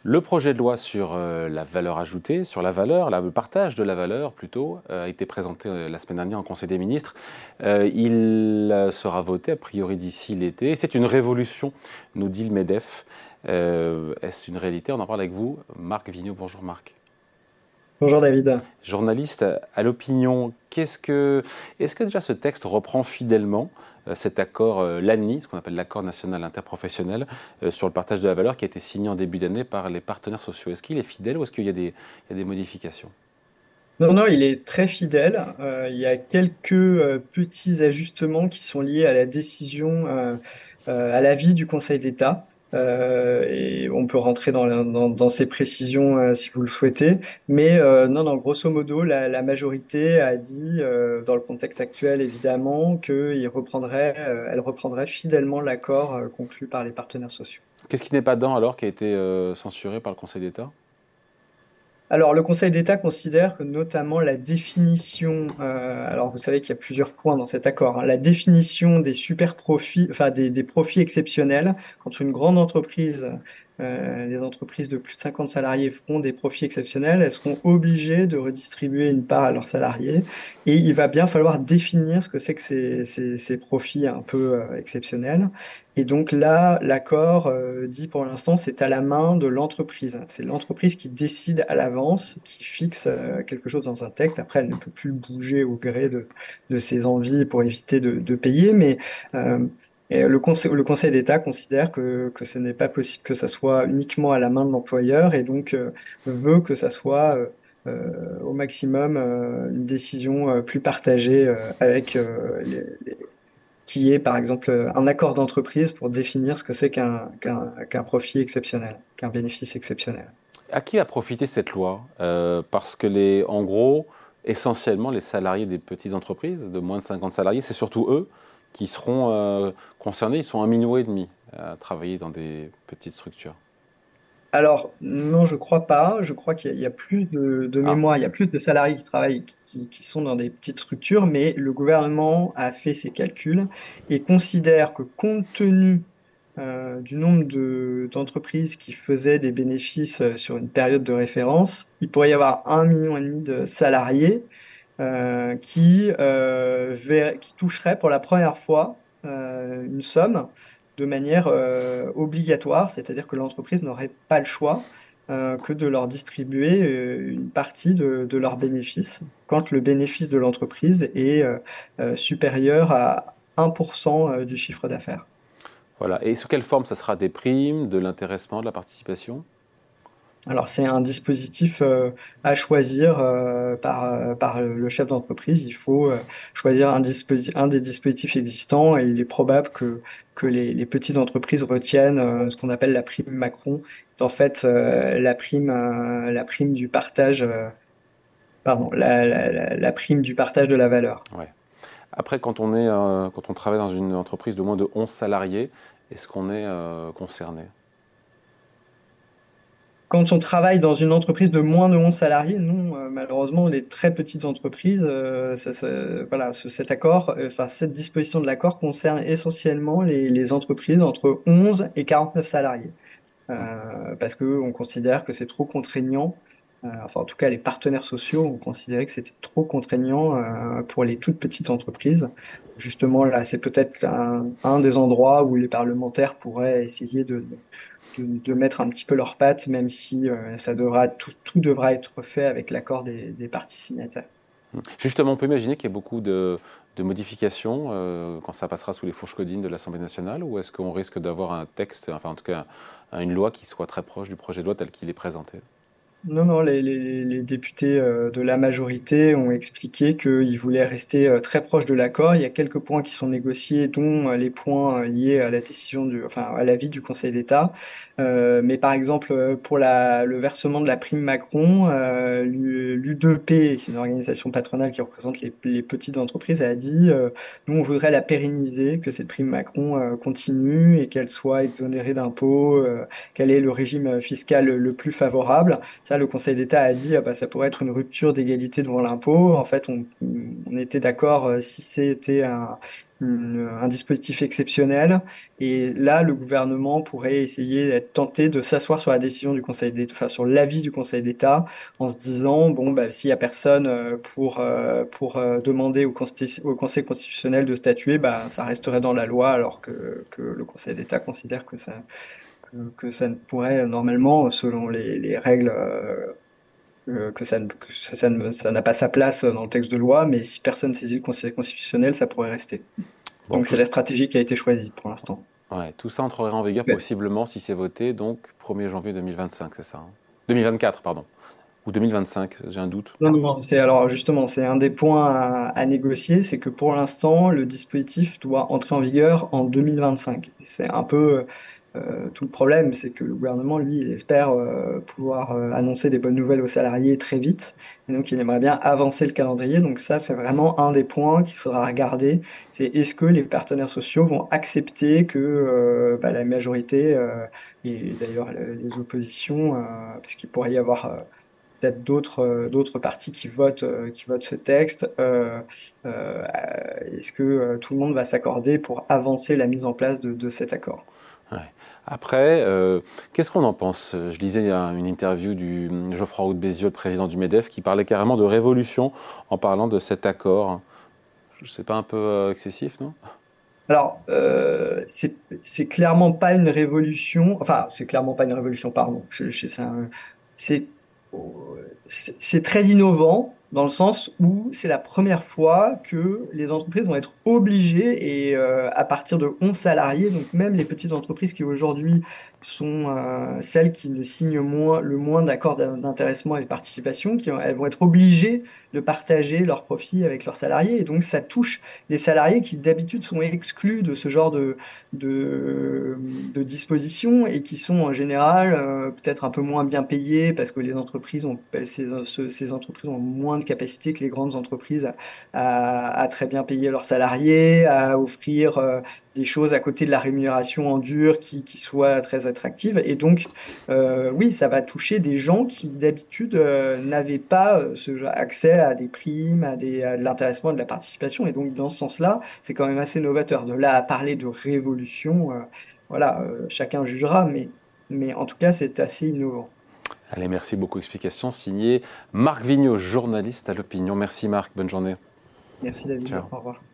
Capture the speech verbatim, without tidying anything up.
Le projet de loi sur euh, la valeur ajoutée, sur la valeur, la- le partage de la valeur plutôt, euh, a été présenté euh, la semaine dernière en Conseil des ministres. Euh, il euh, sera voté a priori d'ici l'été. C'est une révolution, nous dit le MEDEF. Euh, est-ce une réalité? On en parle avec vous. Marc Vigneault, bonjour Marc. Bonjour David. Journaliste à l'opinion, qu'est-ce que, est-ce que déjà ce texte reprend fidèlement euh, cet accord euh, l'A N I, ce qu'on appelle l'accord national interprofessionnel, euh, sur le partage de la valeur qui a été signé en début d'année par les partenaires sociaux? Est-ce qu'il est fidèle ou est-ce qu'il y a des, il y a des modifications? Non, non, il est très fidèle. Euh, il y a quelques euh, petits ajustements qui sont liés à la décision, euh, euh, à l'avis du Conseil d'État. Euh, et on peut rentrer dans, la- dans, dans ces précisions euh, si vous le souhaitez. Mais euh, non, non, grosso modo, la, la majorité a dit, euh, dans le contexte actuel évidemment, qu'elle reprendrait, euh, elle reprendrait fidèlement l'accord euh, conclu par les partenaires sociaux. Qu'est-ce qui n'est pas dedans alors, qui a été euh, censuré par le Conseil d'État? Alors, le Conseil d'État considère que notamment la définition, euh, alors vous savez qu'il y a plusieurs points dans cet accord, hein, la définition des super profits, enfin des, des profits exceptionnels, quand une grande entreprise, euh, des entreprises de plus de cinquante salariés font des profits exceptionnels, elles seront obligées de redistribuer une part à leurs salariés et il va bien falloir définir ce que c'est que ces, ces, ces profits un peu euh, exceptionnels. Et donc là, l'accord euh, dit pour l'instant, c'est à la main de l'entreprise. C'est l'entreprise qui décide à l'avance, qui fixe euh, quelque chose dans un texte. Après, elle ne peut plus le bouger au gré de, de ses envies pour éviter de, de payer. Mais euh, et le conseil, le Conseil d'État considère que, que ce n'est pas possible que ça soit uniquement à la main de l'employeur et donc euh, veut que ça soit euh, euh, au maximum euh, une décision euh, plus partagée euh, avec euh, les, qui est par exemple un accord d'entreprise pour définir ce que c'est qu'un qu'un qu'un profit exceptionnel, qu'un bénéfice exceptionnel. À qui va profiter cette loi? Euh, Parce que les, en gros, essentiellement les salariés des petites entreprises de moins de cinquante salariés, c'est surtout eux qui seront euh, concernés. Ils sont un million et demi à travailler dans des petites structures. Alors, non, je crois pas. Je crois qu'il y a, il y a plus de, de Ah, mémoire, il y a plus de salariés qui travaillent, qui, qui sont dans des petites structures, mais le gouvernement a fait ses calculs et considère que compte tenu euh, du nombre de, d'entreprises qui faisaient des bénéfices euh, sur une période de référence, il pourrait y avoir un million et demi de salariés euh, qui, euh, ver- qui toucherait pour la première fois euh, une somme de manière euh, obligatoire, c'est-à-dire que l'entreprise n'aurait pas le choix euh, que de leur distribuer euh, une partie de, de leurs bénéfices quand le bénéfice de l'entreprise est euh, euh, supérieur à un pour cent euh, du chiffre d'affaires. voilà. Et sous quelle forme ça sera? Des primes, de l'intéressement, de la participation? Alors, c'est un dispositif euh, à choisir euh, par, euh, par le chef d'entreprise. Il faut euh, choisir un, disposi- un des dispositifs existants et il est probable que, que les, les petites entreprises retiennent euh, ce qu'on appelle la prime Macron. C'est en fait euh, la prime, euh, la prime du partage, euh, pardon, la, la, la, la prime du partage de la valeur. Ouais. Après, quand on, est, euh, quand on travaille dans une entreprise de moins de onze salariés, est-ce qu'on est euh, concerné? Quand on travaille dans une entreprise de moins de onze salariés, non, euh, malheureusement, les très petites entreprises, euh, ça, ça- voilà, ce- cet accord, euh, enfin, cette disposition de l'accord concerne essentiellement les, les entreprises entre onze et quarante-neuf salariés. Euh, parce que on considère que c'est trop contraignant. Euh, enfin, en tout cas, les partenaires sociaux ont considéré que c'était trop contraignant euh, pour les toutes petites entreprises. Justement, là, c'est peut-être un, un des endroits où les parlementaires pourraient essayer de, de, de mettre un petit peu leurs pattes, même si euh, ça devra, tout, tout devra être fait avec l'accord des, des parties signataires. Justement, on peut imaginer qu'il y a beaucoup de, de modifications euh, quand ça passera sous les fourches codines de l'Assemblée nationale, ou est-ce qu'on risque d'avoir un texte, enfin en tout cas un- une loi qui soit très proche du projet de loi tel qu'il est présenté? Non, non, les, les, les députés euh, de la majorité ont expliqué qu'ils voulaient rester euh, très proches de l'accord. Il y a quelques points qui sont négociés, dont euh, les points euh, liés à la décision du, enfin, à l'avis du Conseil d'État. Euh, mais par exemple, euh, pour la, le versement de la prime Macron, euh, l'U deux P, qui est une organisation patronale qui représente les, les petites entreprises, a dit, euh, nous, on voudrait la pérenniser, que cette prime Macron euh, continue et qu'elle soit exonérée d'impôts, euh, quel est le régime fiscal le plus favorable. Ça, le Conseil d'État a dit, ah bah, ça pourrait être une rupture d'égalité devant l'impôt. En fait, on, on était d'accord euh, si c'était un- une- un dispositif exceptionnel. Et là, le gouvernement pourrait essayer d'être tenté de s'asseoir sur la décision du Conseil d'État, enfin, sur l'avis du Conseil d'État, en se disant, bon, bah, s'il y a personne euh, pour, euh, pour euh, demander au, Consti- au Conseil constitutionnel de statuer, bah, ça resterait dans la loi, alors que, que le Conseil d'État considère que ça, que, que ça ne pourrait, normalement, selon les, les règles, euh, euh, que ça ne- que ça, ça ne- ça n'a pas sa place dans le texte de loi, mais si personne saisit le Conseil constitutionnel, ça pourrait rester. Bon, Donc tout, c'est la stratégie qui a été choisie pour l'instant. ouais, tout ça entrerait en vigueur Ouais. possiblement si c'est voté, donc premier janvier deux mille vingt-cinq, c'est ça, hein. deux mille vingt-quatre, pardon. Ou deux mille vingt-cinq, j'ai un doute. Non, non, non, c'est alors justement, c'est un des points à, à négocier, c'est que pour l'instant, le dispositif doit entrer en vigueur en deux mille vingt-cinq. C'est un peu euh, tout le problème, c'est que le gouvernement, lui, il espère euh, pouvoir euh, annoncer des bonnes nouvelles aux salariés très vite, et donc il aimerait bien avancer le calendrier. Donc ça, c'est vraiment un des points qu'il faudra regarder, c'est est-ce que les partenaires sociaux vont accepter que euh, bah, la majorité euh, et d'ailleurs les oppositions, euh, parce qu'il pourrait y avoir euh, peut-être d'autres euh, d'autres partis qui votent euh, qui votent ce texte. Euh, euh, est-ce que euh, tout le monde va s'accorder pour avancer la mise en place de, de cet accord? Ouais. Après, euh, qu'est-ce qu'on en pense? Je lisais un- une interview du Geoffroy Roux de Bézieux, le président du MEDEF, qui parlait carrément de révolution en parlant de cet accord. C'est pas un peu euh, excessif, non? Alors, euh, c'est c'est clairement pas une révolution. Enfin, c'est clairement pas une révolution, pardon. Je, je- c'est un- c'est c'est c'est très innovant dans le sens où c'est la première fois que les entreprises vont être obligées et euh, à partir de onze salariés, donc même les petites entreprises qui aujourd'hui sont euh, celles qui ne signent moins, le moins d'accords d'intéressement et de participation, qui, elles vont être obligées de partager leurs profits avec leurs salariés. Et donc ça touche des salariés qui d'habitude sont exclus de ce genre de, de, de dispositions et qui sont en général euh, peut-être un peu moins bien payés parce que les entreprises ont, ces, ce- ces entreprises ont moins de capacité que les grandes entreprises à, à- à très bien payer leurs salariés, à offrir euh, des choses à côté de la rémunération en dur qui, qui soient très attractives. Et donc, euh, oui, ça va toucher des gens qui d'habitude euh, n'avaient pas euh, ce genre- accès à des primes, à, des, à de l'intéressement, et de la participation. Et donc, dans ce sens-là, c'est quand même assez novateur. De là à parler de révolution, euh, voilà, euh, chacun jugera, mais, mais en tout cas, c'est assez innovant. Allez, merci beaucoup. Explication signée Marc Vigneault, journaliste à l'Opinion. Merci Marc, bonne journée. Merci David, Ciao. au revoir.